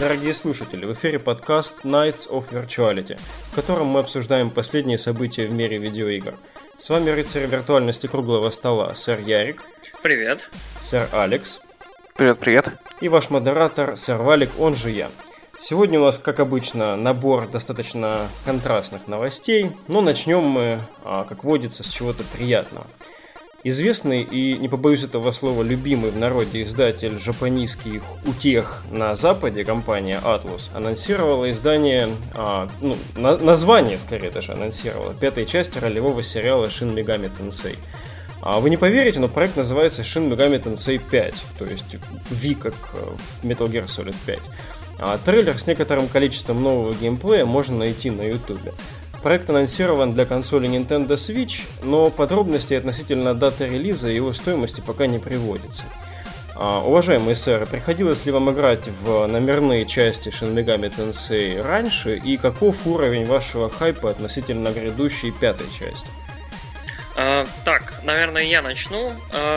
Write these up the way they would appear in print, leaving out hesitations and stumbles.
Дорогие слушатели, в эфире подкаст Nights of Virtuality, в котором мы обсуждаем последние события в мире видеоигр. С вами рыцарь виртуальности круглого стола, сэр Ярик. Привет. Сэр Алекс. Привет. И ваш модератор, сэр Валик, он же я. Сегодня у нас, как обычно, набор достаточно контрастных новостей, но начнем мы, как водится, с чего-то приятного. Известный и, не побоюсь этого слова, любимый в народе издатель жапонийских утех на Западе, компания Atlus, анонсировала издание, название, скорее даже, анонсировала пятой части ролевого сериала Shin Megami Tensei. Вы не поверите, но проект называется Shin Megami Tensei 5, то есть V как в Metal Gear Solid 5. Трейлер с некоторым количеством нового геймплея можно найти на YouTube. Проект анонсирован для консоли Nintendo Switch, но подробностей относительно даты релиза и его стоимости пока не приводится. Уважаемые сэры, приходилось ли вам играть в номерные части Shin Megami Tensei раньше, и каков уровень вашего хайпа относительно грядущей пятой части? Так, наверное, я начну.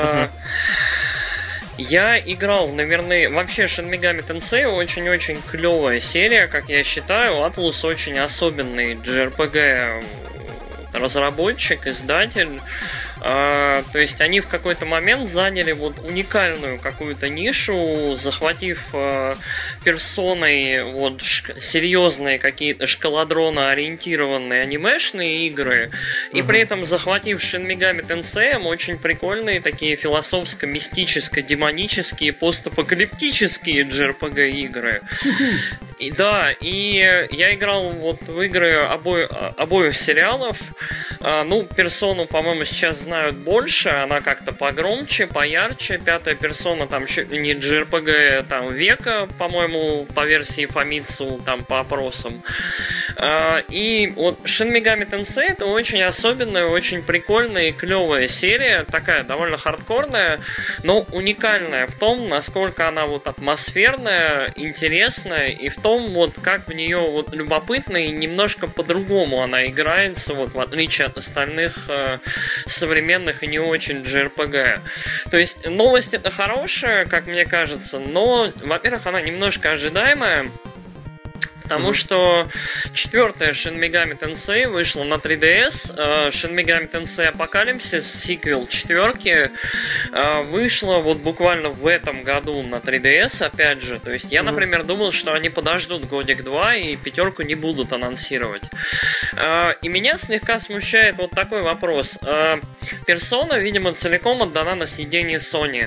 Я играл в номерные... Вообще, Shin Megami Tensei очень-очень клевая серия, как я считаю. Atlus очень особенный JRPG разработчик, издатель. То есть они в какой-то момент заняли вот уникальную какую-то нишу, захватив персоной вот серьезные какие-то шкаладрона-ориентированные анимешные игры, и при этом захватив Shin Megami Tensei очень прикольные такие философско-мистическо-демонические постапокалиптические JRPG игры. И да, и я играл вот в игры обоих сериалов. Персону, по-моему, сейчас знают больше, она как-то погромче, поярче. Пятая персона, там не JRPG там, века, по-моему, по версии Famitsu, там по опросам. И вот Shin Megami Tensei это очень особенная, очень прикольная и клевая серия, такая довольно хардкорная, но уникальная в том, насколько она вот атмосферная, интересная, и в том, вот как в нее вот любопытно и немножко по-другому она играется, вот в отличие от остальных современных и не очень JRPG. То есть новость это хорошая, как мне кажется, но, во-первых, она немножко ожидаемая, потому что четвертая Shin Megami Tensei вышла на 3DS. Shin Megami Tensei Apocalypse, сиквел четверки, вышла вот буквально в этом году на 3DS, опять же. То есть я, например, думал, что они подождут годик-два и пятерку не будут анонсировать. И меня слегка смущает вот такой вопрос. Персона, видимо, целиком отдана на съедение Sony.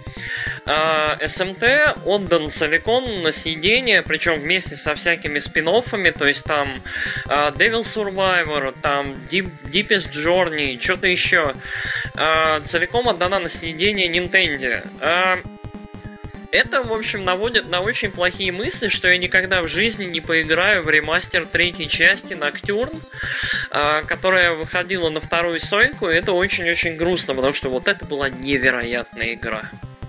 SMT отдан целиком на съедение, причем вместе со всякими спин-оффами, то есть там Devil Survivor, там Deepest Journey, что-то еще. Целиком отдана на съедение Nintendo. Это, в общем, наводит на очень плохие мысли, что я никогда в жизни не поиграю в ремастер третьей части Nocturne, которая выходила на вторую Соньку, и это очень-очень грустно, потому что вот это была невероятная игра.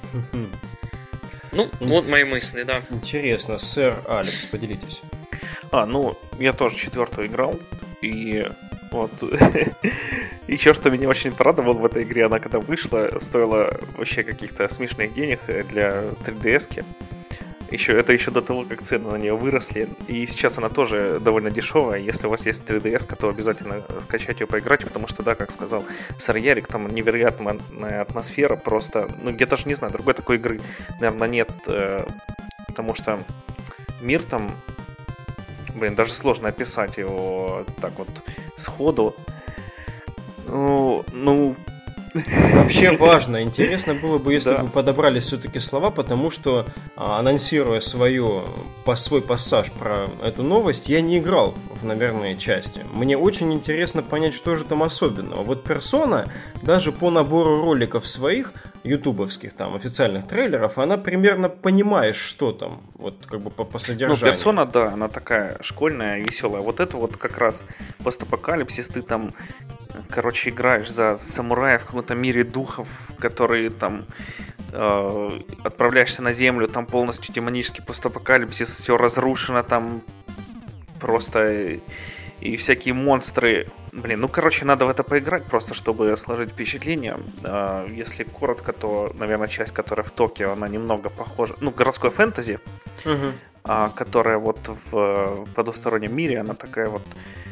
Вот мои мысли, да. Интересно, сэр Алекс, поделитесь. Я тоже четвертую играл, и вот еще что меня очень порадовало в этой игре, она когда вышла, стоила вообще каких-то смешных денег для 3DS-ки. Это еще до того, как цены на нее выросли. И сейчас она тоже довольно дешевая. Если у вас есть 3DS, то обязательно скачать ее, поиграть, потому что, да, как сказал сэр Ярик, там невероятная атмосфера. Просто, я даже не знаю, другой такой игры, наверное, нет. Потому что мир там, даже сложно описать его так вот сходу. Вообще важно. Интересно было бы, если бы подобрали все-таки слова, потому что, анонсируя свой пассаж про эту новость, я не играл в номерные части. Мне очень интересно понять, что же там особенного. Вот персона, даже по набору роликов своих, ютубовских, там, официальных трейлеров, она примерно понимает, что там, вот как бы по содержанию. Персона, да, она такая школьная, веселая. Вот это вот как раз постапокалипсис, ты там играешь за самураев в каком-то мире духов, которые там отправляешься на землю, там полностью демонический постапокалипсис, все разрушено, там просто и всякие монстры. Надо в это поиграть, просто чтобы сложить впечатление. Если коротко, то, наверное, часть, которая в Токио, она немного похожа. Городской фэнтези. которая вот в потустороннем мире, она такая вот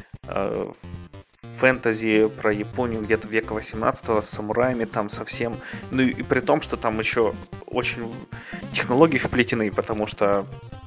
фэнтези про Японию где-то века 18-го с самураями там совсем. Ну и при том, что там еще очень технологии вплетены, потому что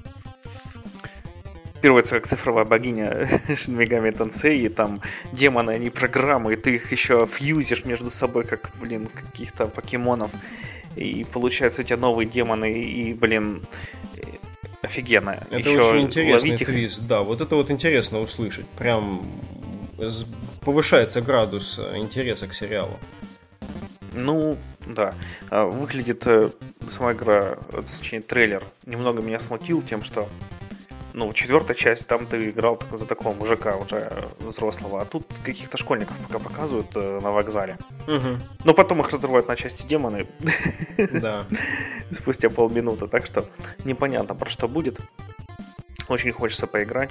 первая как цифровая богиня Shin Megami Tensei, и там демоны, они программы, и ты их еще фьюзишь между собой, как, каких-то покемонов. И получается у тебя новые демоны, и, офигенно. Это еще очень интересный твист, да. Вот это вот интересно услышать. Прям повышается градус интереса к сериалу. Ну, да. Выглядит сама игра, точнее трейлер, немного меня смутил тем, что четвертая часть, там ты играл за такого мужика уже взрослого, а тут каких-то школьников пока показывают на вокзале. Угу. Но потом их разрывают на части демоны. Да. Спустя полминуты, так что непонятно, про что будет. Очень хочется поиграть.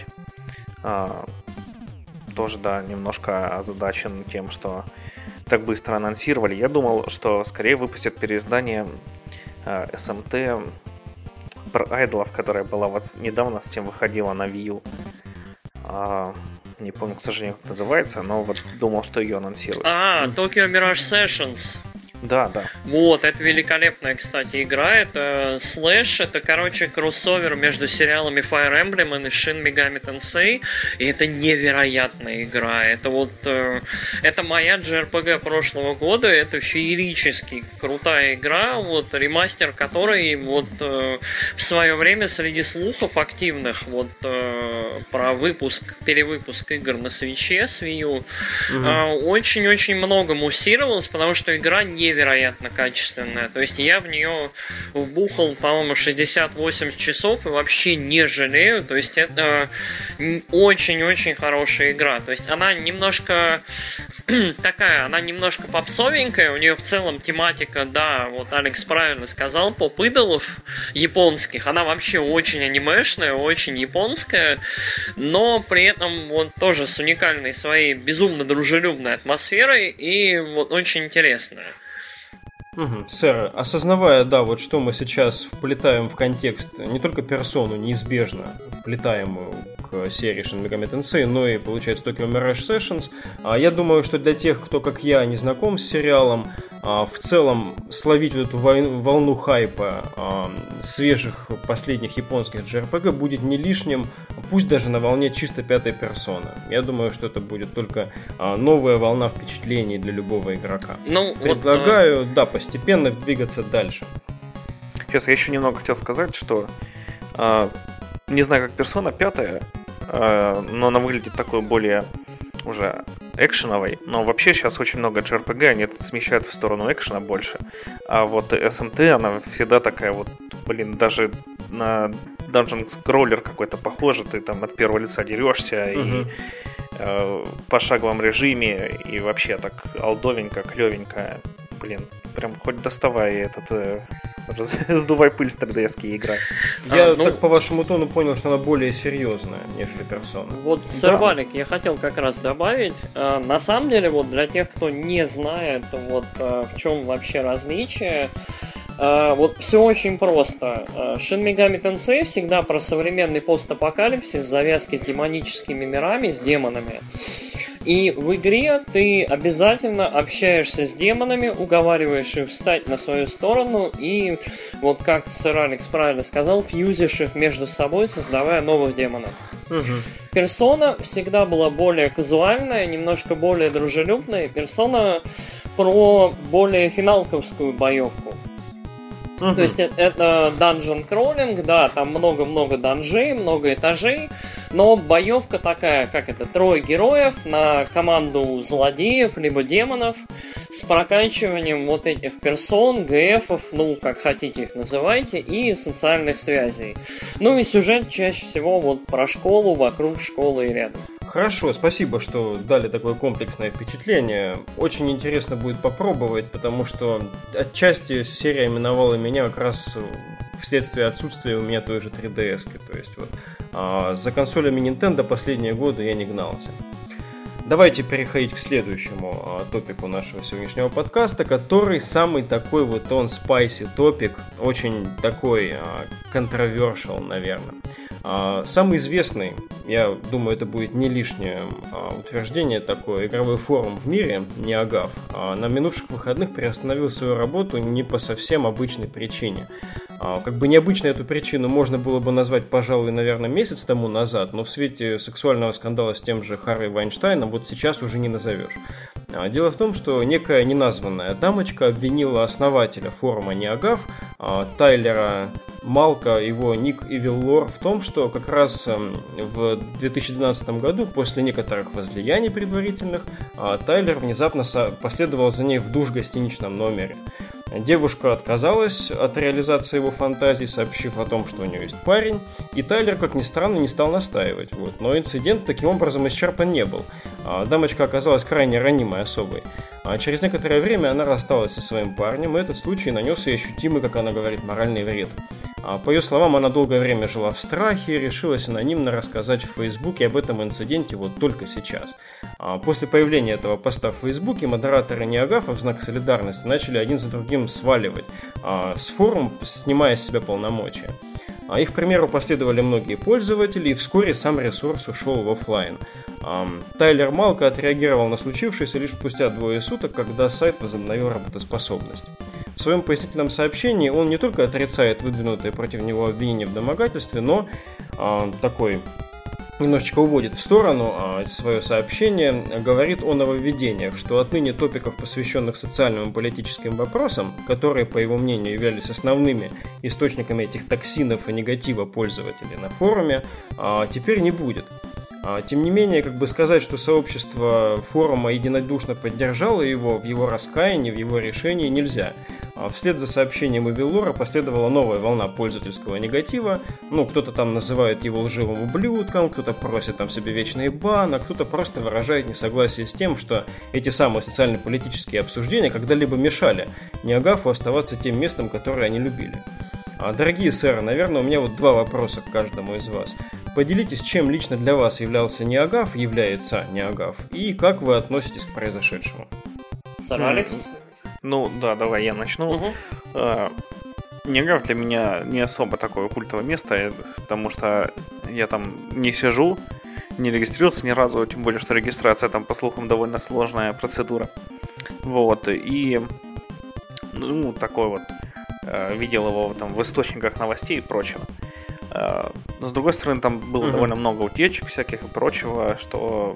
Тоже, да, немножко озадачен тем, что так быстро анонсировали. Я думал, что скорее выпустят переиздание SMT про айдолов, которая была вот недавно, с тем выходила на Wii U. Не помню, к сожалению, как называется, но вот думал, что ее анонсируют. Tokyo Mirage Sessions. Да. Вот, это великолепная, кстати, игра. Это слэш, это, кроссовер между сериалами Fire Emblem и Shin Megami Tensei. И это невероятная игра. Это вот... это моя JRPG прошлого года. Это феерически крутая игра. Вот, ремастер которой вот в свое время среди слухов активных вот про перевыпуск игр на Switch'е с Wii U очень-очень много муссировалось, потому что игра невероятно качественная. То есть я в нее вбухал, по-моему, 68 часов и вообще не жалею. То есть это очень-очень хорошая игра. То есть она немножко такая, она немножко попсовенькая. У нее в целом тематика, да, вот Алекс правильно сказал, поп-идолов японских. Она вообще очень анимешная, очень японская, но при этом вот тоже с уникальной своей безумно дружелюбной атмосферой и вот очень интересная. Сэр, осознавая, да, вот что мы сейчас вплетаем в контекст не только персону неизбежно вплетаемую к серии Shin Megami Tensei, но и, получается, Tokyo Mirage Sessions, я думаю, что для тех, кто, как я, не знаком с сериалом, в целом словить вот эту волну хайпа свежих последних японских JRPG будет не лишним, пусть даже на волне чисто пятой персоны. Я думаю, что это будет только новая волна впечатлений для любого игрока. Предлагаю, да, постепенно двигаться дальше. Сейчас я еще немного хотел сказать, что не знаю, как персона пятая, но она выглядит такой более уже экшеновой, но вообще сейчас очень много JRPG, они смещают в сторону экшена больше, а вот SMT, она всегда такая вот, даже на Dungeon Crawler какой-то похожа, ты там от первого лица дерешься и в пошаговом режиме, и вообще так олдовенько, клевенько, прям хоть доставай сдувай пыль с 3DS-ки и играй. Я так по вашему тону понял, что она более серьезная, нежели персона. Вот, Сэр Валик, я хотел как раз добавить. На самом деле, вот для тех, кто не знает, вот в чем вообще различие, вот все очень просто. Shin Megami Tensei всегда про современный постапокалипсис, завязки с демоническими мирами, с демонами. И в игре ты обязательно общаешься с демонами, уговариваешь их встать на свою сторону и, вот как сэр Алекс правильно сказал, фьюзишь их между собой, создавая новых демонов. Персона всегда была более казуальная, немножко более дружелюбная. Персона про более финалковскую боевку. То есть это dungeon crawling, да, там много-много данжей, много этажей, но боевка такая, как это, 3 героев на команду злодеев, либо демонов, с прокачиванием вот этих персон, ГФов, как хотите их называйте, и социальных связей. Ну и сюжет чаще всего вот про школу, вокруг школы и рядом. Хорошо, спасибо, что дали такое комплексное впечатление. Очень интересно будет попробовать, потому что отчасти серия миновала меня как раз вследствие отсутствия у меня той же 3DS-ки. То есть вот за консолями Nintendo последние годы я не гнался. Давайте переходить к следующему топику нашего сегодняшнего подкаста, который самый такой вот он spicy топик, очень такой controversial, наверное. Самый известный, я думаю, это будет не лишнее утверждение такое, игровой форум в мире, NeoGAF, на минувших выходных приостановил свою работу не по совсем обычной причине. Как бы необычно эту причину можно было бы назвать, пожалуй, наверное, месяц тому назад, но в свете сексуального скандала с тем же Харви Вайнштейном вот сейчас уже не назовешь. Дело в том, что некая неназванная дамочка обвинила основателя форума NeoGAF, Тайлера Малка, его ник Evil Lore, в том, что как раз в 2012 году, после некоторых возлияний предварительных, Тайлер внезапно последовал за ней в душ в гостиничном номере. Девушка отказалась от реализации его фантазий, сообщив о том, что у нее есть парень, и Тайлер, как ни странно, не стал настаивать. Но инцидент таким образом исчерпан не был. Дамочка оказалась крайне ранимой особой. Через некоторое время она рассталась со своим парнем, и этот случай нанес ей ощутимый, как она говорит, моральный вред. По ее словам, она долгое время жила в страхе и решилась анонимно рассказать в Фейсбуке об этом инциденте вот только сейчас. После появления этого поста в Фейсбуке модераторы NeoGAF в знак солидарности начали один за другим сваливать с форума, снимая с себя полномочия. Их примеру последовали многие пользователи, и вскоре сам ресурс ушел в офлайн. Тайлер Малка отреагировал на случившееся лишь спустя 2 суток, когда сайт возобновил работоспособность. В своем пояснительном сообщении он не только отрицает выдвинутые против него обвинения в домогательстве, но такой немножечко уводит в сторону свое сообщение, говорит о нововведениях, что отныне топиков, посвященных социальным и политическим вопросам, которые, по его мнению, являлись основными источниками этих токсинов и негатива пользователей на форуме, теперь не будет. Тем не менее, сказать, что сообщество форума единодушно поддержало его в его раскаянии, в его решении нельзя. Вслед за сообщением Evil Lore последовала новая волна пользовательского негатива. Кто-то там называет его лживым ублюдком, кто-то просит там себе вечный бан, а кто-то просто выражает несогласие с тем, что эти самые социально-политические обсуждения когда-либо мешали NeoGAF оставаться тем местом, которое они любили. Дорогие сэры, наверное, у меня вот 2 вопроса к каждому из вас. Поделитесь, чем лично для вас является NeoGAF, и как вы относитесь к произошедшему. Сэр Алекс? Да, давай я начну. NeoGAF для меня не особо такое культовое место, потому что я там не сижу, не регистрировался ни разу, тем более, что регистрация там, по слухам, довольно сложная процедура. И такой вот видел его там в источниках новостей и прочего. Но с другой стороны, там было довольно много утечек всяких и прочего, что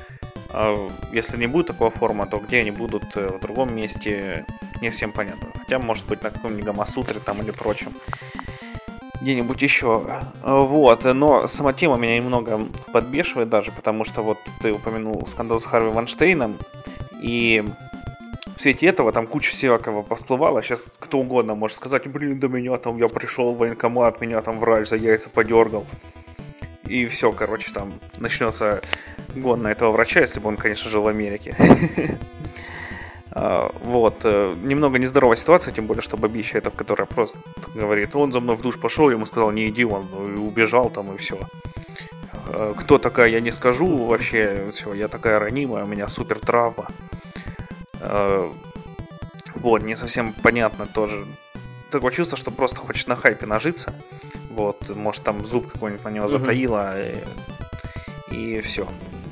если не будет такого форума, то где они будут в другом месте, не всем понятно. Хотя, может быть, на каком-нибудь Гамасутре там или прочем. Где-нибудь еще. Но сама тема меня немного подбешивает даже, потому что ты упомянул скандал с Харви Вайнштейном, и в свете этого там куча всякого всплывало. Сейчас кто угодно может сказать: до меня там, я пришел в военкомат, меня там врач за яйца подергал. И все, там начнется гон на этого врача, если бы он, конечно, жил в Америке. Немного нездоровая ситуация, тем более, что бабища эта, которая просто говорит: он за мной в душ пошел, ему сказал: не иди, он убежал там, и все. Кто такая, я не скажу, вообще, все, я такая ранимая, у меня супер травма. Не совсем понятно тоже. Такое чувство, что просто хочет на хайпе нажиться. Может, там зуб какой-нибудь на него затаило, и все.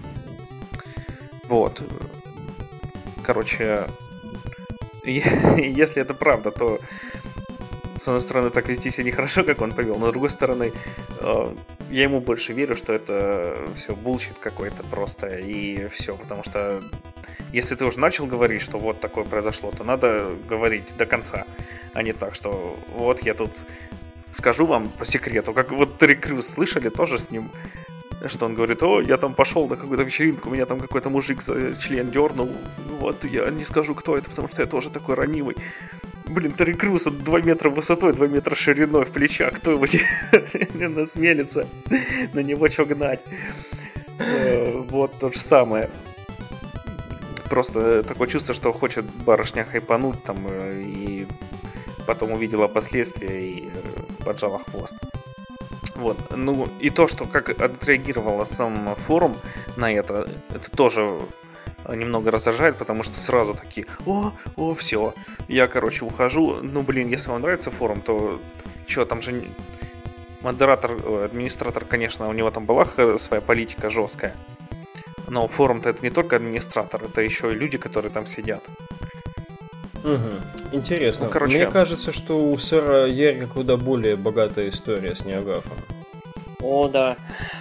Если это правда, то с одной стороны, так вести себя нехорошо, как он повел, но с другой стороны, я ему больше верю, что это все булщит какой-то просто, и все, потому что если ты уже начал говорить, что вот такое произошло, то надо говорить до конца, а не так, что я тут скажу вам по секрету, как Терри Крюс, слышали тоже с ним, что он говорит: я там пошел на какую-то вечеринку, меня там какой-то мужик за член дернул, я не скажу, кто это, потому что я тоже такой ранимый. Терри Крюс, 2 метра высотой, 2 метра шириной в плечах, кто его насмелится на него что гнать. То же самое. Просто такое чувство, что хочет барышня хайпануть там, и потом увидела последствия и поджала хвост. И то, что как отреагировала сам форум на это тоже немного раздражает, потому что сразу такие: все, я, ухожу. Если вам нравится форум, то что, там же администратор, конечно, у него там была своя политика жесткая. Но форум-то это не только администратор, это еще и люди, которые там сидят. Угу. Интересно. Ну, короче, мне кажется, что у сэра Ярика куда более богатая история с NeoGAF. О, да.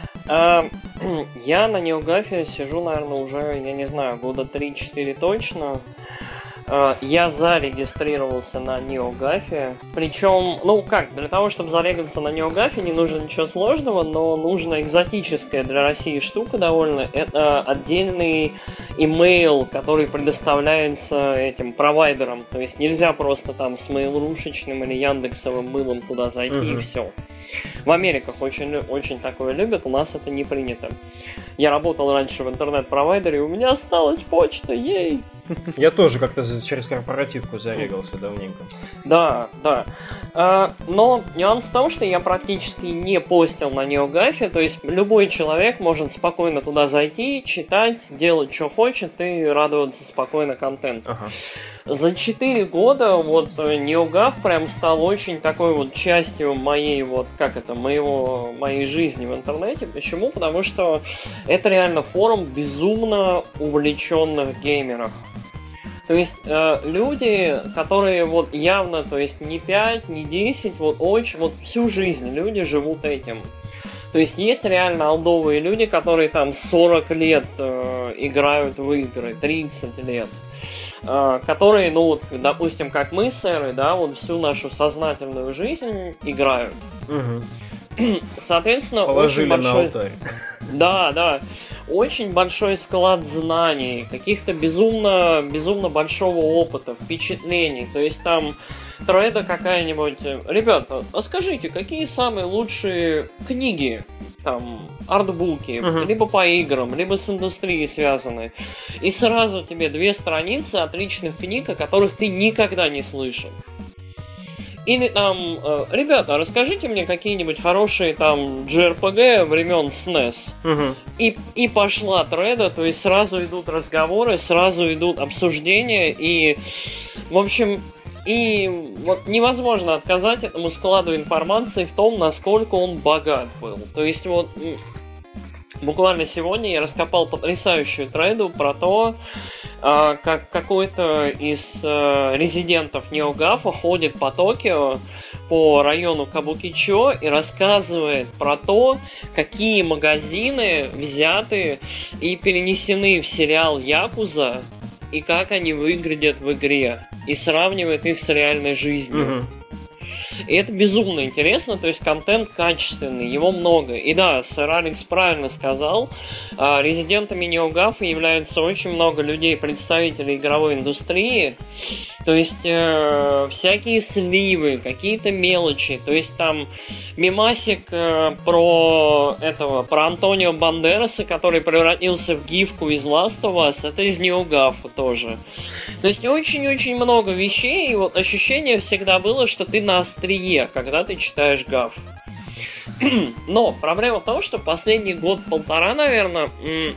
Я на NeoGAF сижу, наверное, уже, я не знаю, года 3-4 точно. Я зарегистрировался на NeoGAF. Причем, для того, чтобы зарегаться на NeoGAF, не нужно ничего сложного, но нужна экзотическая для России штука довольно. Это отдельный имейл, который предоставляется этим провайдерам. То есть нельзя просто там с Mail.ru-шечным или Яндексовым мылом туда зайти и все. В Америках очень такое любят, у нас это не принято. Я работал раньше в интернет-провайдере, у меня осталась почта, ей! Я тоже как-то через корпоративку зарегался давненько. Да. Но нюанс в том, что я практически не постил на NeoGAF, то есть любой человек может спокойно туда зайти, читать, делать, что хочет и радоваться спокойно контенту. Ага. За 4 года вот NeoGAF прям стал очень такой вот частью моей жизни в интернете. Почему? Потому что это реально форум безумно увлеченных геймеров. То есть люди, которые вот явно, то есть не 5, не 10, всю жизнь люди живут этим. То есть есть реально олдовые люди, которые там 40 лет играют в игры, 30 лет. Которые, допустим, как мы, сэры, да, вот всю нашу сознательную жизнь играют. Угу. Соответственно, положили очень большой... на алтарь. Да. Очень большой склад знаний, каких-то безумно большого опыта, впечатлений. То есть там треда какая-нибудь... Ребята, а скажите, какие самые лучшие книги, там, артбуки, либо по играм, либо с индустрией связаны? И сразу тебе 2 страницы отличных книг, о которых ты никогда не слышал. Или там, ребята, расскажите мне какие-нибудь хорошие там JRPG времен SNES. И пошла треда, то есть сразу идут разговоры, сразу идут обсуждения, и, в общем, и вот невозможно отказать этому складу информации в том, насколько он богат был. То есть вот буквально сегодня я раскопал потрясающую треду про то, как какой-то из резидентов NeoGAF ходит по Токио, по району Кабукичо и рассказывает про то, какие магазины взяты и перенесены в сериал Якуза, и как они выглядят в игре, и сравнивает их с реальной жизнью. И это безумно интересно, то есть контент качественный, его много. И да, сэр Алекс правильно сказал, резидентами NeoGAF являются очень много людей, представителей игровой индустрии. То есть всякие сливы, какие-то мелочи. То есть там мемасик про Антонио Бандераса, который превратился в гифку из Last of Us, это из NeoGAF тоже. То есть очень-очень много вещей, и вот ощущение всегда было, что ты на острие, когда ты читаешь GAF. Но проблема в том, что последний год-полтора, наверное,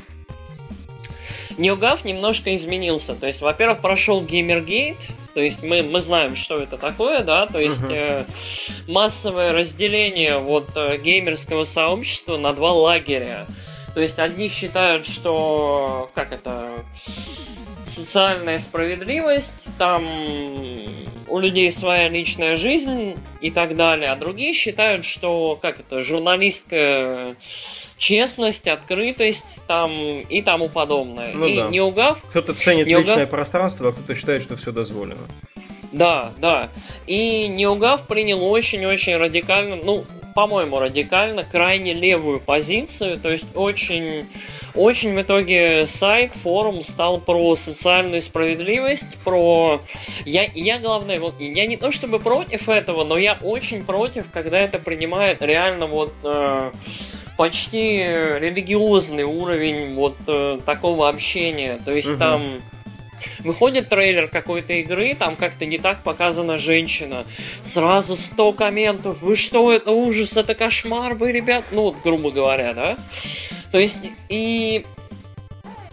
NeoGAF немножко изменился. То есть, во-первых, прошел Gamergate, то есть мы знаем, что это такое, да, то есть массовое разделение геймерского сообщества на 2 лагеря. То есть одни считают, что социальная справедливость, там у людей своя личная жизнь и так далее, а другие считают, что журналистская честность, открытость там и тому подобное. Ну, и да. NeoGAF... Кто-то ценит личное пространство, а кто-то считает, что все дозволено. Да. И NeoGAF принял очень-очень радикально, по-моему, радикально, крайне левую позицию, то есть очень в итоге сайт, форум стал про социальную справедливость, про... Я главное, я не то чтобы против этого, но я очень против, когда это принимает реально почти религиозный уровень такого общения, то есть там... Выходит трейлер какой-то игры, там как-то не так показана женщина. Сразу 100 комментов. Вы что, это ужас, это кошмар, вы, ребят? Грубо говоря, да? То есть, и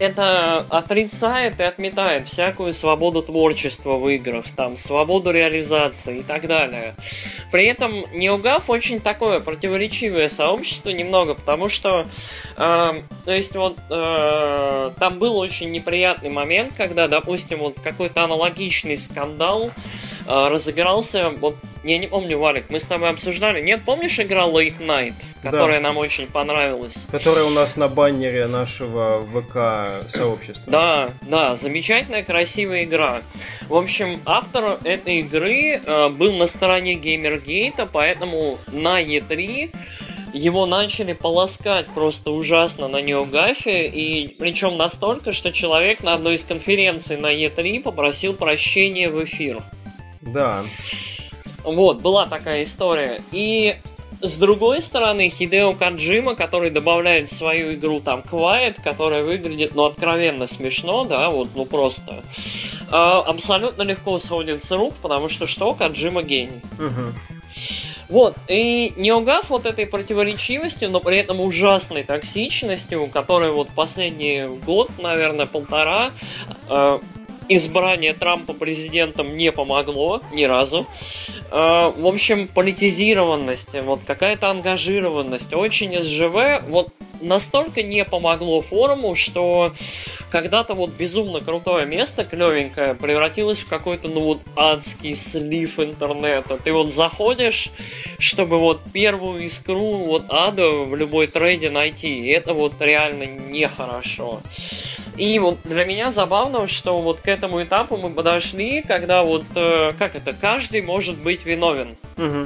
это отрицает и отметает всякую свободу творчества в играх, там, свободу реализации и так далее. При этом NeoGAF очень такое противоречивое сообщество немного, потому что, то есть вот, там был очень неприятный момент, когда, допустим, вот какой-то аналогичный скандал разыгрался, вот, я не помню, Валик, мы с тобой обсуждали, нет, помнишь, игра Late Night, которая нам очень понравилась? Которая у нас на баннере нашего ВК-сообщества. Да, замечательная, красивая игра. В общем, автор этой игры был на стороне Геймергейта, поэтому на E3 его начали полоскать просто ужасно на NeoGAF, и причем настолько, что человек на одной из конференций на E3 попросил прощения в эфир. Да. Вот, была такая история. И с другой стороны, Хидео Коджима, который добавляет в свою игру там Quiet, которая выглядит, ну, откровенно смешно, да, вот, ну, просто абсолютно легко сходит с рук, потому что Коджима гений. Вот, и NeoGAF вот этой противоречивостью, но при этом ужасной токсичностью, которая вот последний год, наверное, полтора, избрание Трампа президентом не помогло ни разу. В общем, политизированность, вот какая-то ангажированность, очень СЖВ, вот настолько не помогло форуму, что когда-то вот безумно крутое место, клевенькое, превратилось в какой-то, ну вот, адский слив интернета. Ты вот заходишь, чтобы вот первую искру вот ада в любой трейде найти, и это вот реально нехорошо. И вот для меня забавно, что вот к этому этапу мы подошли, когда вот, каждый может быть виновен.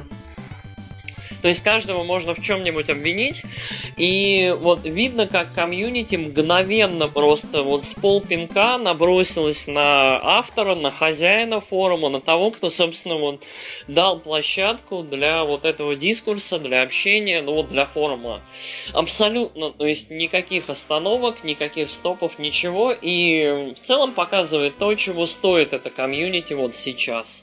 То есть каждого можно в чем-нибудь обвинить, и вот видно, как комьюнити мгновенно просто вот с полпинка набросилось на автора, на хозяина форума, на того, кто, собственно, вот дал площадку для вот этого дискурса, для общения, ну вот для форума. Абсолютно, то есть никаких остановок, никаких стопов, ничего, и в целом показывает то, чего стоит это комьюнити вот сейчас.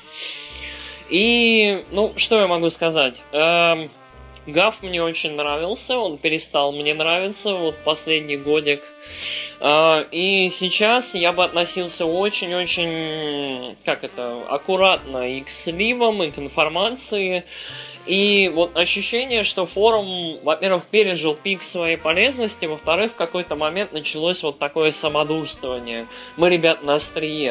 И, ну, что я могу сказать? Гаф мне очень нравился, он перестал мне нравиться вот последний годик. И сейчас я бы относился очень-очень, аккуратно и к сливам, и к информации. И вот ощущение, что форум, во-первых, пережил пик своей полезности, во-вторых, в какой-то момент началось вот такое самодурствование. Мы, ребят, на острие.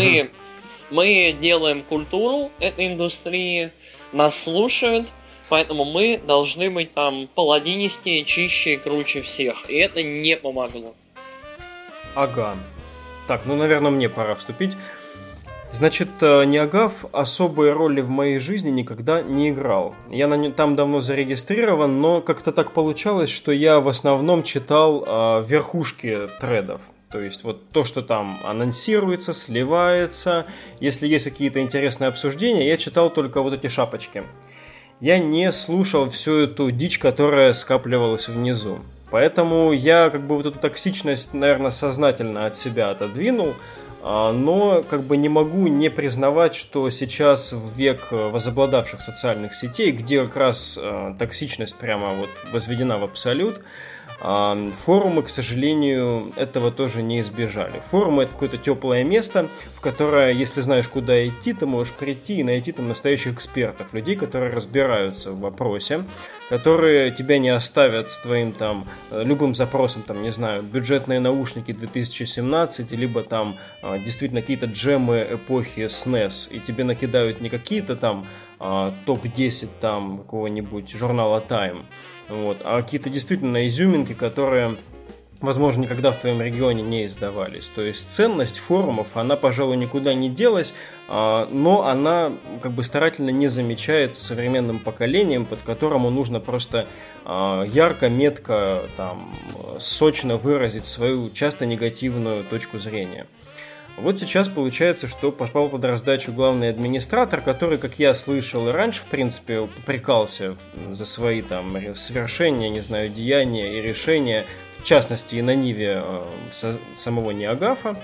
Мы делаем культуру этой индустрии, нас слушают, поэтому мы должны быть там паладинистее, чище и круче всех. И это не помогло. Ага. Так, ну, наверное, мне пора вступить. Значит, NeoGAF особой роли в моей жизни никогда не играл. Я там давно зарегистрирован, но как-то так получалось, что я в основном читал верхушки тредов. То есть вот то, что там анонсируется, сливается. Если есть какие-то интересные обсуждения, я читал только вот эти шапочки. Я не слушал всю эту дичь, которая скапливалась внизу. Поэтому я как бы вот эту токсичность, наверное, сознательно от себя отодвинул. Но как бы не могу не признавать, что сейчас в век возобладавших социальных сетей, где как раз токсичность прямо вот возведена в абсолют, форумы, к сожалению, этого тоже не избежали. Форумы — это какое-то теплое место, в которое, если знаешь, куда идти, ты можешь прийти и найти там настоящих экспертов, людей, которые разбираются в вопросе, которые тебя не оставят с твоим там любым запросом, там, не знаю, бюджетные наушники 2017, либо там действительно какие-то джемы эпохи SNES, и тебе накидают не какие-то там топ-10 там какого-нибудь журнала Time, вот, а какие-то действительно изюминки, которые, возможно, никогда в твоем регионе не издавались. То есть ценность форумов, она, пожалуй, никуда не делась, но она как бы старательно не замечается современным поколением, под которому нужно просто ярко, метко, там, сочно выразить свою часто негативную точку зрения. Вот сейчас получается, что попал под раздачу главный администратор, который, как я слышал и раньше, в принципе, попрекался за свои там свершения, не знаю, деяния и решения, в частности и на ниве самого NeoGAF.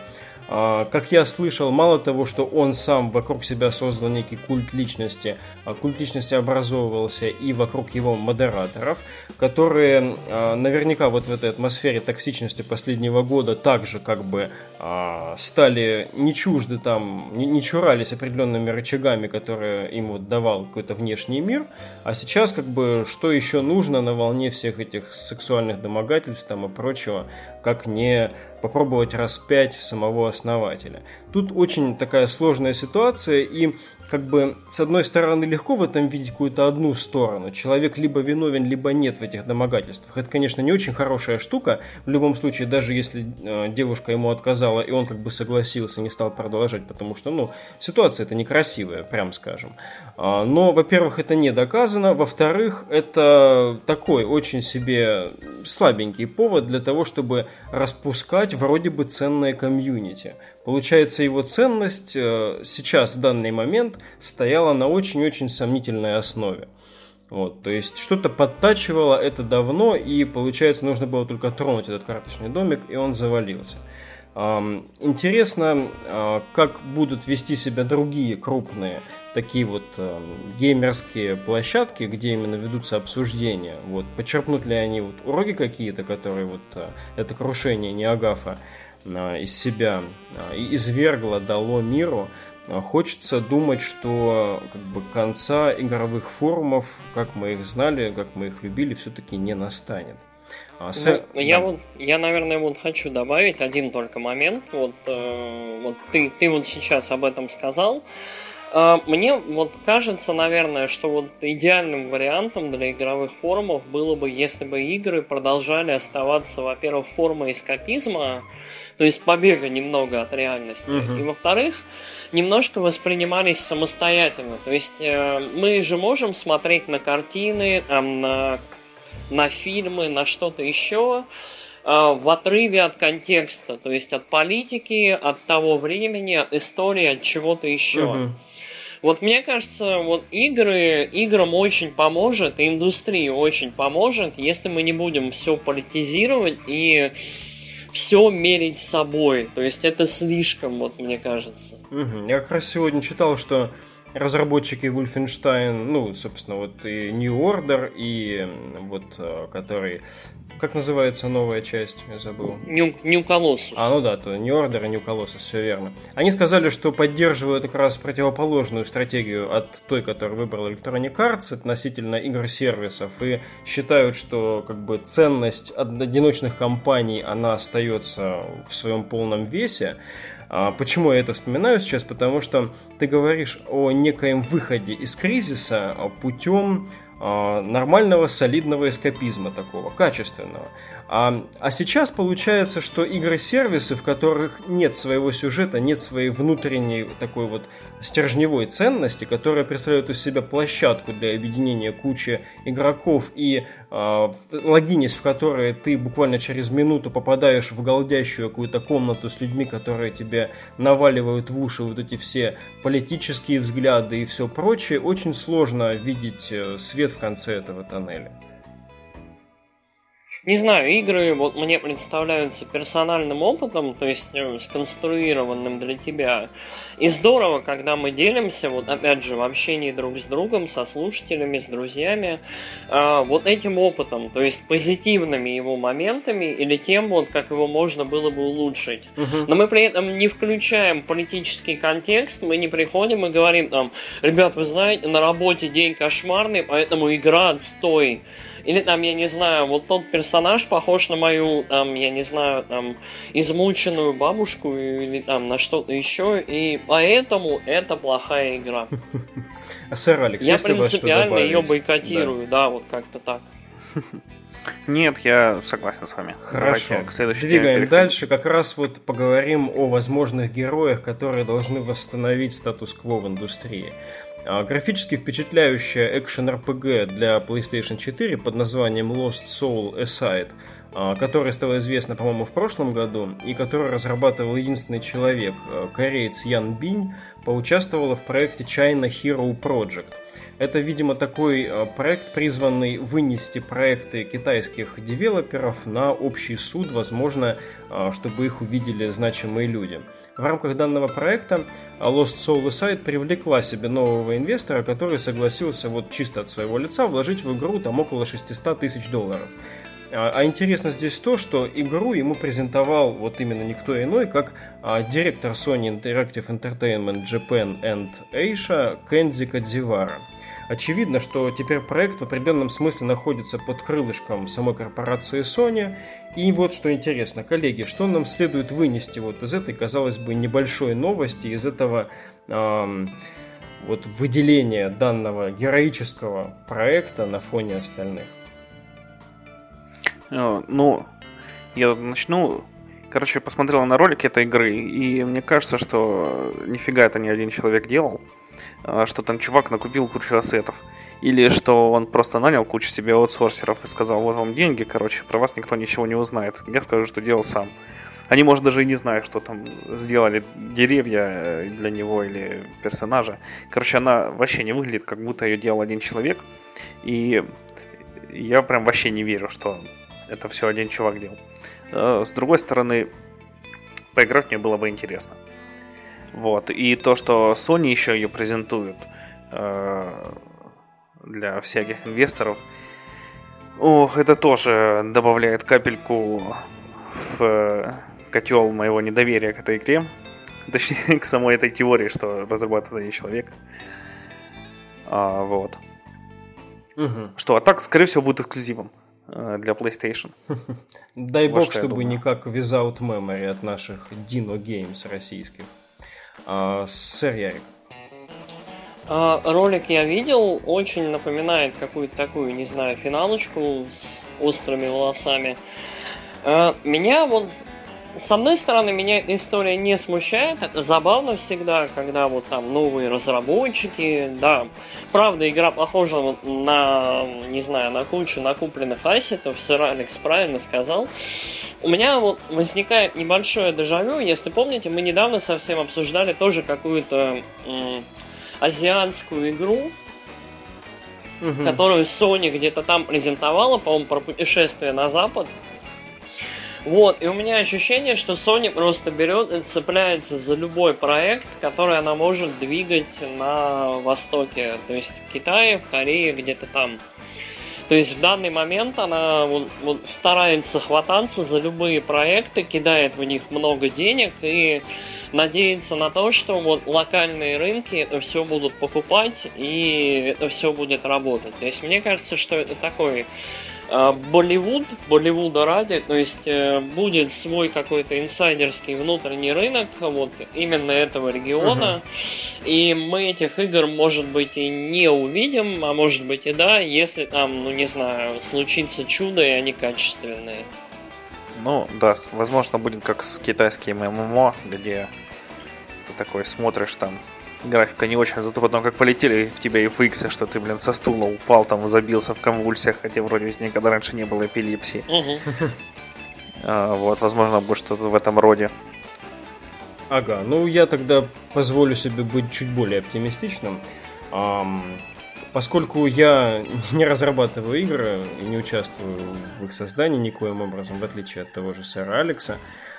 Как я слышал, мало того, что он сам вокруг себя создал некий культ личности образовывался и вокруг его модераторов, которые наверняка вот в этой атмосфере токсичности последнего года также как бы стали не чужды там, не чурались определенными рычагами, которые им вот давал какой-то внешний мир, а сейчас как бы что еще нужно на волне всех этих сексуальных домогательств там и прочего, как не попробовать распять самого основателя. Тут очень такая сложная ситуация, и как бы с одной стороны легко в этом видеть какую-то одну сторону. Человек либо виновен, либо нет в этих домогательствах. Это, конечно, не очень хорошая штука. В любом случае, даже если девушка ему отказала, и он как бы согласился, не стал продолжать, потому что, ситуация это некрасивая, прям скажем. Но, во-первых, это не доказано. Во-вторых, это такой очень себе слабенький повод для того, чтобы распускать вроде бы ценное комьюнити. Получается, его ценность сейчас, в данный момент, стояла на очень-очень сомнительной основе. Вот, то есть, что-то подтачивало это давно, и, получается, нужно было только тронуть этот карточный домик, и он завалился. Интересно, как будут вести себя другие крупные такие вот геймерские площадки, где именно ведутся обсуждения. Вот, почерпнут ли они вот уроки какие-то, которые вот это крушение Ниагафа из себя извергло, дало миру. Хочется думать, что как бы конца игровых форумов, как мы их знали, как мы их любили, все-таки не настанет. Я, наверное, хочу добавить один только момент. Вот ты вот сейчас об этом сказал. Мне вот кажется, наверное, что вот идеальным вариантом для игровых форумов было бы, если бы игры продолжали оставаться, во-первых, формой эскапизма, то есть побега немного от реальности, и, во-вторых, немножко воспринимались самостоятельно. То есть мы же можем смотреть на картины, на фильмы, на что-то еще в отрыве от контекста, то есть от политики, от того времени, от истории, от чего-то еще. Вот мне кажется, вот играм очень поможет, и индустрии очень поможет, если мы не будем все политизировать и все мерить собой. То есть это слишком, вот мне кажется. Я как раз сегодня читал, что разработчики Wolfenstein, собственно, вот и New Order, и вот который... Как называется новая часть? Я забыл. New Colossus. То New Order и New Colossus, все верно. Они сказали, что поддерживают как раз противоположную стратегию от той, которую выбрал Electronic Arts относительно игр-сервисов, и считают, что как бы ценность одиночных компаний, она остается в своем полном весе. Почему я это вспоминаю сейчас? Потому что ты говоришь о некоем выходе из кризиса путем нормального, солидного эскапизма такого, качественного. А сейчас получается, что игры-сервисы, в которых нет своего сюжета, нет своей внутренней такой вот стержневой ценности, которая представляет из себя площадку для объединения кучи игроков и логинясь в которые ты буквально через минуту попадаешь в голдящую какую-то комнату с людьми, которые тебе наваливают в уши вот эти все политические взгляды и все прочее, очень сложно видеть свет в конце этого тоннеля. Не знаю, игры вот мне представляются персональным опытом, то есть сконструированным для тебя. И здорово, когда мы делимся, вот опять же, в общении друг с другом, со слушателями, с друзьями, вот этим опытом, то есть позитивными его моментами или тем, вот как его можно было бы улучшить. Но мы при этом не включаем политический контекст, мы не приходим и говорим там: ребят, вы знаете, на работе день кошмарный, поэтому игра отстой. Или там, я не знаю, вот тот персонаж похож на мою, там, я не знаю, там, измученную бабушку или там на что-то еще, и поэтому это плохая игра. А сэр Алекс, я принципиально ее бойкотирую, да, вот как-то так. Нет, я согласен с вами. Хорошо, двигаем дальше. Как раз вот поговорим о возможных героях, которые должны восстановить статус-кво в индустрии. Графически впечатляющая экшен-РПГ для PlayStation 4 под названием Lost Soul Aside которая стала известна, по-моему, в прошлом году, и которую разрабатывал единственный человек, кореец Ян Бинь, поучаствовала в проекте China Hero Project. Это, видимо, такой проект, призванный вынести проекты китайских девелоперов на общий суд, возможно, чтобы их увидели значимые люди. В рамках данного проекта Lost Soul Aside привлекла себе нового инвестора, который согласился вот чисто от своего лица вложить в игру там около $600 тысяч. А интересно здесь то, что игру ему презентовал вот именно никто иной, как директор Sony Interactive Entertainment Japan and Asia Кензи Кадзивара. Очевидно, что теперь проект в определенном смысле находится под крылышком самой корпорации Sony. И вот что интересно, коллеги, что нам следует вынести вот из этой, казалось бы, небольшой новости, из этого вот выделения данного героического проекта на фоне остальных? Ну, я начну. Короче, я посмотрел на ролики этой игры, и мне кажется, что нифига это не один человек делал, что там чувак накупил кучу ассетов, или что он просто нанял кучу себе аутсорсеров и сказал: вот вам деньги, короче, про вас никто ничего не узнает. Я скажу, что делал сам. Они, может, даже и не знают, что там сделали деревья для него или персонажа. Короче, она вообще не выглядит, как будто ее делал один человек, и я прям вообще не верю, что это все один чувак делал. С другой стороны, поиграть мне было бы интересно. Вот. И то, что Sony еще ее презентует для всяких инвесторов, это тоже добавляет капельку в котел моего недоверия к этой игре. Точнее, к самой этой теории, что разрабатывает один человек. Вот. Что, а так, скорее всего, будет эксклюзивом для PlayStation. Дай бог, чтобы не как Without Memory от наших Dino Games российских. Сэр Ярик. Ролик я видел, очень напоминает какую-то такую, не знаю, финалочку с острыми волосами. Меня вот, с одной стороны, меня эта история не смущает. Это забавно всегда, когда вот там новые разработчики, да. Правда, игра похожа вот на, не знаю, на кучу накупленных ассетов, сэр Алекс правильно сказал. У меня вот возникает небольшое дежавю. Если помните, мы недавно совсем обсуждали тоже какую-то азиатскую игру, которую Sony где-то там презентовала, по-моему, про путешествие на Запад. Вот, и у меня ощущение, что Sony просто берет и цепляется за любой проект, который она может двигать на Востоке, то есть в Китае, в Корее, где-то там. То есть в данный момент она вот старается хвататься за любые проекты, кидает в них много денег и надеется на то, что вот локальные рынки это все будут покупать и это все будет работать. То есть мне кажется, что это такой Болливуда ради, то есть будет свой какой-то инсайдерский внутренний рынок вот именно этого региона, и мы этих игр, может быть, и не увидим, а может быть и да, если там, ну не знаю, случится чудо и они качественные. Ну да, возможно будет как с китайским ММО, где ты такой смотришь там, графика не очень, зато потом как полетели в тебя FX, что ты, блин, со стула упал, там забился в конвульсиях, хотя вроде никогда раньше не было эпилепсии. Вот, возможно, будет что-то в этом роде. Ага, ну я тогда позволю себе быть чуть более оптимистичным. Поскольку я не разрабатываю игры и не участвую в их создании никоим образом, в отличие от того же сэра Алекса,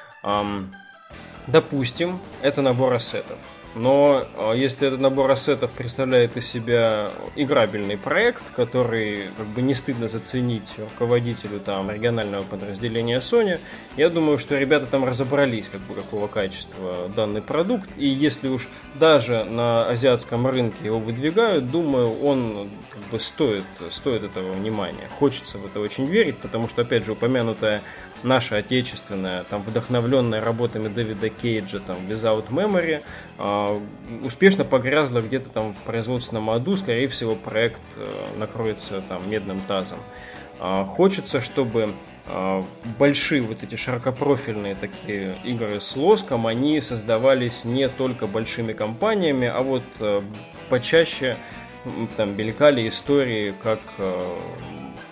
допустим, это набор ассетов. Но если этот набор ассетов представляет из себя играбельный проект, который как бы не стыдно заценить руководителю там регионального подразделения Sony, я думаю, что ребята там разобрались, как бы какого качества данный продукт. И если уж даже на азиатском рынке его выдвигают, думаю, он как бы стоит этого внимания. Хочется в это очень верить, потому что, опять же, упомянутая наша отечественная, там, вдохновленная работами Дэвида Кейджа, там, Without Memory, успешно погрязла где-то там в производственном аду, скорее всего, проект накроется там медным тазом. Хочется, чтобы большие вот эти широкопрофильные такие игры с лоском, они создавались не только большими компаниями, а вот почаще там мелькали истории, как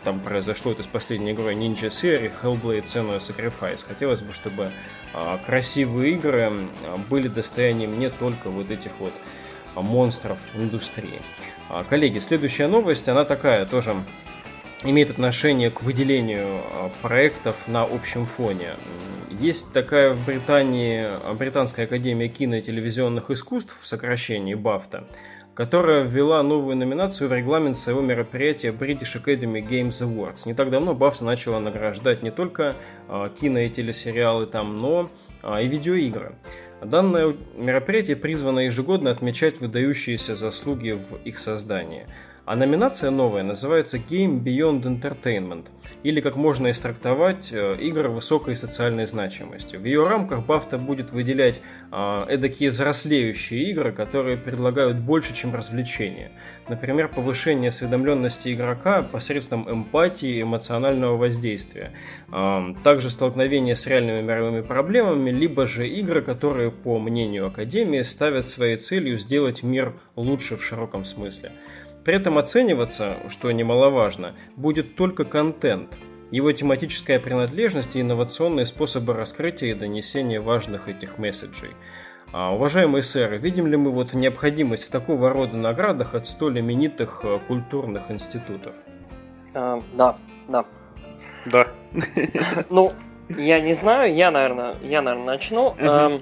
там произошло это с последней игрой Ninja Theory, Hellblade: Senua's Sacrifice. Хотелось бы, чтобы красивые игры были достоянием не только вот этих вот монстров индустрии. Коллеги, следующая новость, она такая, тоже имеет отношение к выделению проектов на общем фоне. Есть такая в Британии Британская академия кино и телевизионных искусств, в сокращении BAFTA, которая ввела новую номинацию в регламент своего мероприятия British Academy Games Awards. Не так давно BAFTA начала награждать не только кино и телесериалы там, но и видеоигры. Данное мероприятие призвано ежегодно отмечать выдающиеся заслуги в их создании. А номинация новая называется Game Beyond Entertainment, или, как можно истрактовать, игры высокой социальной значимости. В ее рамках BAFTA будет выделять эдакие взрослеющие игры, которые предлагают больше, чем развлечения. Например, повышение осведомленности игрока посредством эмпатии и эмоционального воздействия. Также столкновение с реальными мировыми проблемами, либо же игры, которые, по мнению Академии, ставят своей целью сделать мир лучше в широком смысле. При этом оцениваться, что немаловажно, будет только контент, его тематическая принадлежность и инновационные способы раскрытия и донесения важных этих месседжей. Уважаемые сэры, видим ли мы вот необходимость в такого рода наградах от столь именитых культурных институтов? Да. Да. Ну, я не знаю, я, наверное, начну.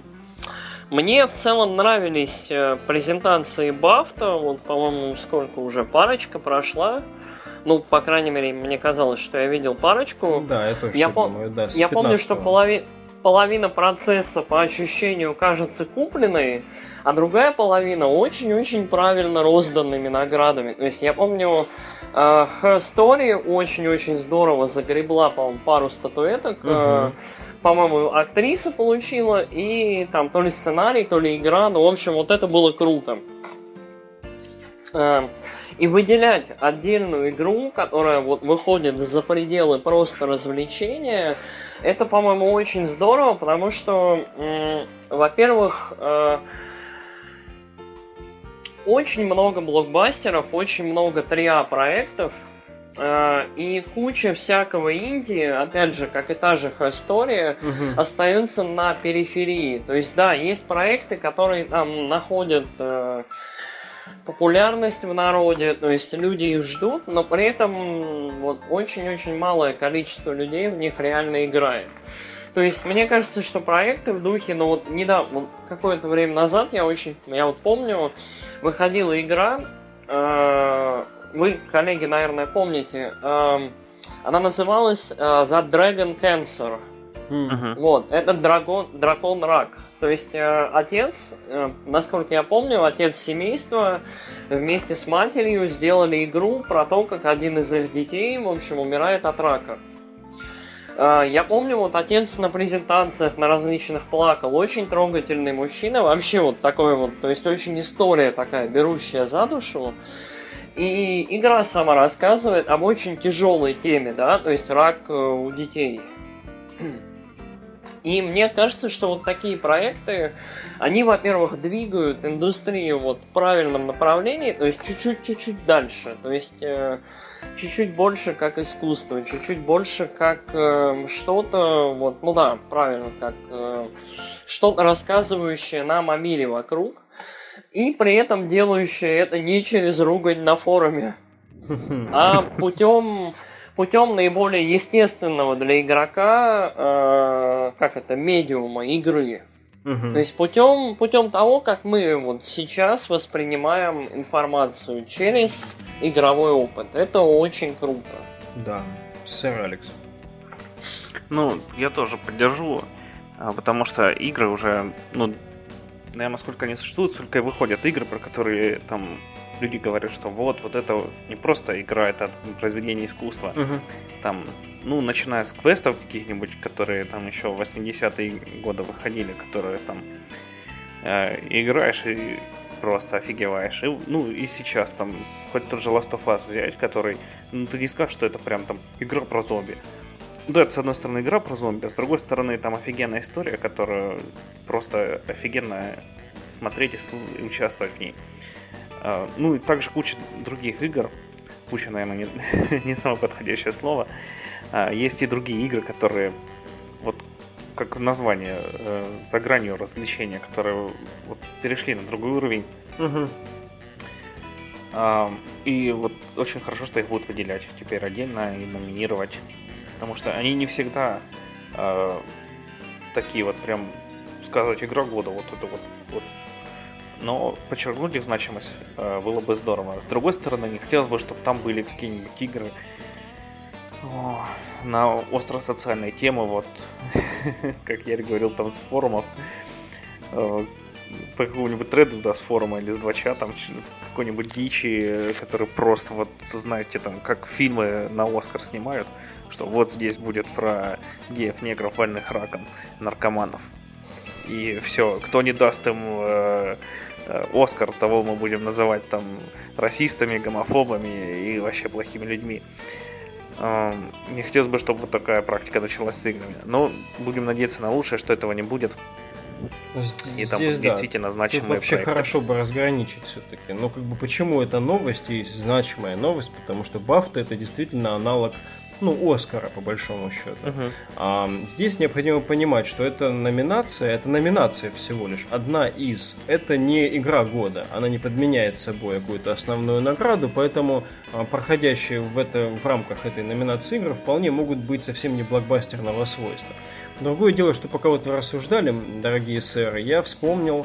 Мне в целом нравились презентации BAFTA, вот, по-моему, сколько уже, парочка прошла. Ну, по крайней мере, мне казалось, что я видел парочку. Да, я точно думаю, да, с 15-го. Я помню, что половина процесса по ощущению кажется купленной, а другая половина очень-очень правильно розданными наградами. То есть я помню, Her Story очень-очень здорово загребла, по-моему, пару статуэток. По-моему, актриса получила, и там то ли сценарий, то ли игра, ну, в общем, вот это было круто. И выделять отдельную игру, которая вот выходит за пределы просто развлечения, это, по-моему, очень здорово, потому что, во-первых, очень много блокбастеров, очень много AAA проектов, и куча всякого инди, опять же, как и та же Her Story, остаются на периферии. То есть, да, есть проекты, которые там находят популярность в народе, то есть люди их ждут, но при этом вот очень-очень малое количество людей в них реально играет. То есть, мне кажется, что проекты в духе, ну вот недавно, вот какое-то время назад, я вот помню, выходила игра, вы, коллеги, наверное, помните, она называлась The Dragon Cancer. Вот, это дракон-рак. То есть отец, насколько я помню, отец семейства вместе с матерью сделали игру про то, как один из их детей, в общем, умирает от рака. Я помню, вот отец на презентациях на различных плакал, очень трогательный мужчина, вообще вот такой вот, то есть очень история такая, берущая за душу. И игра сама рассказывает об очень тяжелой теме, да, то есть рак у детей. И мне кажется, что вот такие проекты, они, во-первых, двигают индустрию вот в правильном направлении, то есть чуть-чуть дальше, то есть чуть-чуть больше как искусство, чуть-чуть больше как что-то, вот, ну да, правильно, как что-то рассказывающее нам о мире вокруг, и при этом делающее это не через ругань на форуме, а путем наиболее естественного для игрока, медиума, игры. То есть путем того, как мы вот сейчас воспринимаем информацию через игровой опыт. Это очень круто. Да, сэр Алекс. Ну, я тоже поддержу, потому что игры уже, ну, наверное, сколько они существуют, столько и выходят игры, про которые там люди говорят, что вот это не просто игра, это произведение искусства. Там, ну, начиная с квестов каких-нибудь, которые там еще в 80-е годы выходили, которые там играешь и просто офигеваешь. И, ну, и сейчас там, хоть тот же Last of Us взять, который, ну, ты не скажешь, что это прям там игра про зомби. Да, это, с одной стороны, игра про зомби, а с другой стороны, там офигенная история, которая просто офигенно смотреть и участвовать в ней. Ну и также куча других игр. скучно, наверное, не самое подходящее слово. Есть и другие игры, которые, вот как название, за гранью развлечения, которые вот перешли на другой уровень. И вот очень хорошо, что их будут выделять теперь отдельно и номинировать. Потому что они не всегда такие вот прям сказать игра года, вот это вот. Но подчеркнуть их значимость было бы здорово. С другой стороны, не хотелось бы, чтобы там были какие-нибудь игры на остро-социальные темы, вот как я говорил, там с форумов, по какому-нибудь треду, да, с форума или с 2ча, там какой-нибудь дичи, который просто, вот, знаете, там, как фильмы на Оскар снимают, что вот здесь будет про геев, негров, больных раком, наркоманов. И все, кто не даст им Оскар, того мы будем называть там расистами, гомофобами и вообще плохими людьми. Не хотелось бы, чтобы вот такая практика началась с играми. Но будем надеяться на лучшее, что этого не будет. И там здесь, действительно значимые тут вообще проекты. Хорошо бы разграничить все-таки. Но как бы почему это новость и значимая новость? Потому что BAFTA это действительно аналог, Оскара, по большому счету. Здесь необходимо понимать, что это номинация всего лишь одна из. Это не игра года, она не подменяет собой какую-то основную награду, поэтому проходящие в рамках этой номинации игры вполне могут быть совсем не блокбастерного свойства. Другое дело, что пока вот вы рассуждали, дорогие сэры, я вспомнил...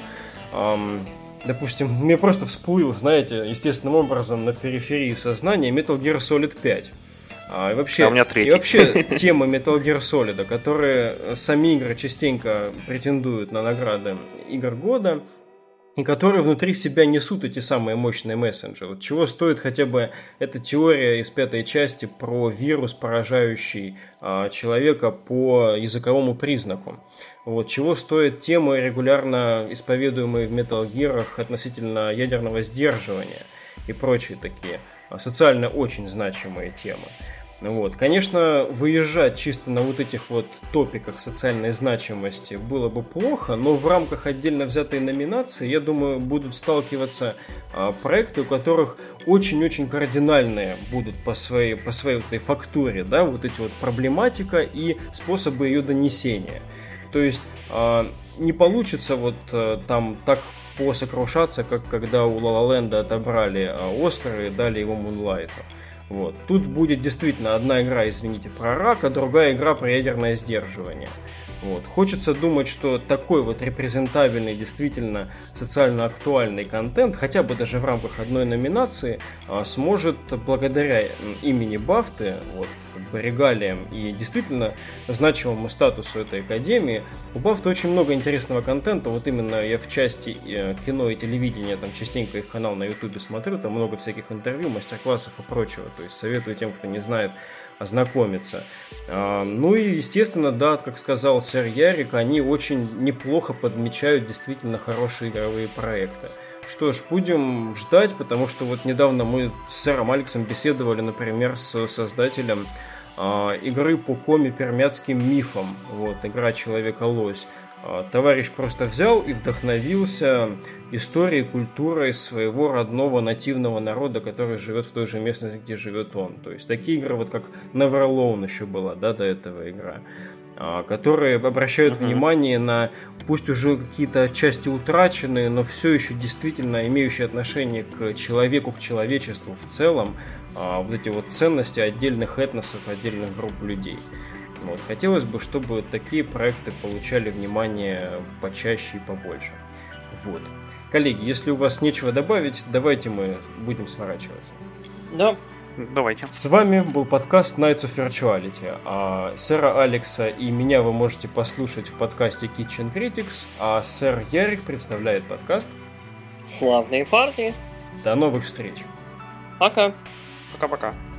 Допустим, мне просто всплыл, знаете, естественным образом на периферии сознания Metal Gear Solid 5. И вообще, у меня третий. И вообще тема Metal Gear Solid, которые сами игры частенько претендуют на награды игр года, и которые внутри себя несут эти самые мощные мессенджеры. Вот чего стоит хотя бы эта теория из 5-й части про вирус, поражающий человека по языковому признаку. Вот, чего стоят темы, регулярно исповедуемые в Metal Gear относительно ядерного сдерживания и прочие такие социально очень значимые темы. Вот. Конечно, выезжать чисто на вот этих вот топиках социальной значимости было бы плохо, но в рамках отдельно взятой номинации, я думаю, будут сталкиваться проекты, у которых очень-очень кардинальные будут по своей вот этой фактуре, да, вот эти вот проблематика и способы ее донесения. То есть не получится вот там так посокрушаться, как когда у La La Land отобрали Оскар и дали его Мунлайту. Вот. Тут будет действительно одна игра, извините, про рак, а другая игра про ядерное сдерживание. Вот. Хочется думать, что такой вот репрезентабельный, действительно социально актуальный контент, хотя бы даже в рамках одной номинации, сможет благодаря имени BAFTA, вот, как бы регалиям и действительно значимому статусу этой академии, у BAFTA очень много интересного контента. Вот именно я в части кино и телевидения там частенько их канал на ютубе смотрю, там много всяких интервью, мастер-классов и прочего. То есть советую тем, кто не знает, ознакомиться. Ну и, естественно, да, как сказал сэр Ярик, они очень неплохо подмечают действительно хорошие игровые проекты. Что ж, будем ждать, потому что вот недавно мы с сэром Алексом беседовали, например, с создателем игры по коми-пермяцким мифам, вот, игра «Человека-лось». Товарищ просто взял и вдохновился историей, культурой своего родного нативного народа, который живет в той же местности, где живет он. То есть такие игры, вот как Neveralone еще была, да, до этого игра, которые обращают внимание на, пусть уже какие-то части утраченные, но все еще действительно имеющие отношение к человеку, к человечеству в целом, вот эти вот ценности отдельных этносов, отдельных групп людей. Вот. Хотелось бы, чтобы такие проекты получали внимание почаще и побольше. Вот. Коллеги, если у вас нечего добавить, давайте мы будем сворачиваться. Да. Давайте. С вами был подкаст Nights of Virtuality. Сэра Алекса и меня вы можете послушать в подкасте Kitchen Critics, а сэр Ярик представляет подкаст Славные парни. До новых встреч. Пока. Пока-пока.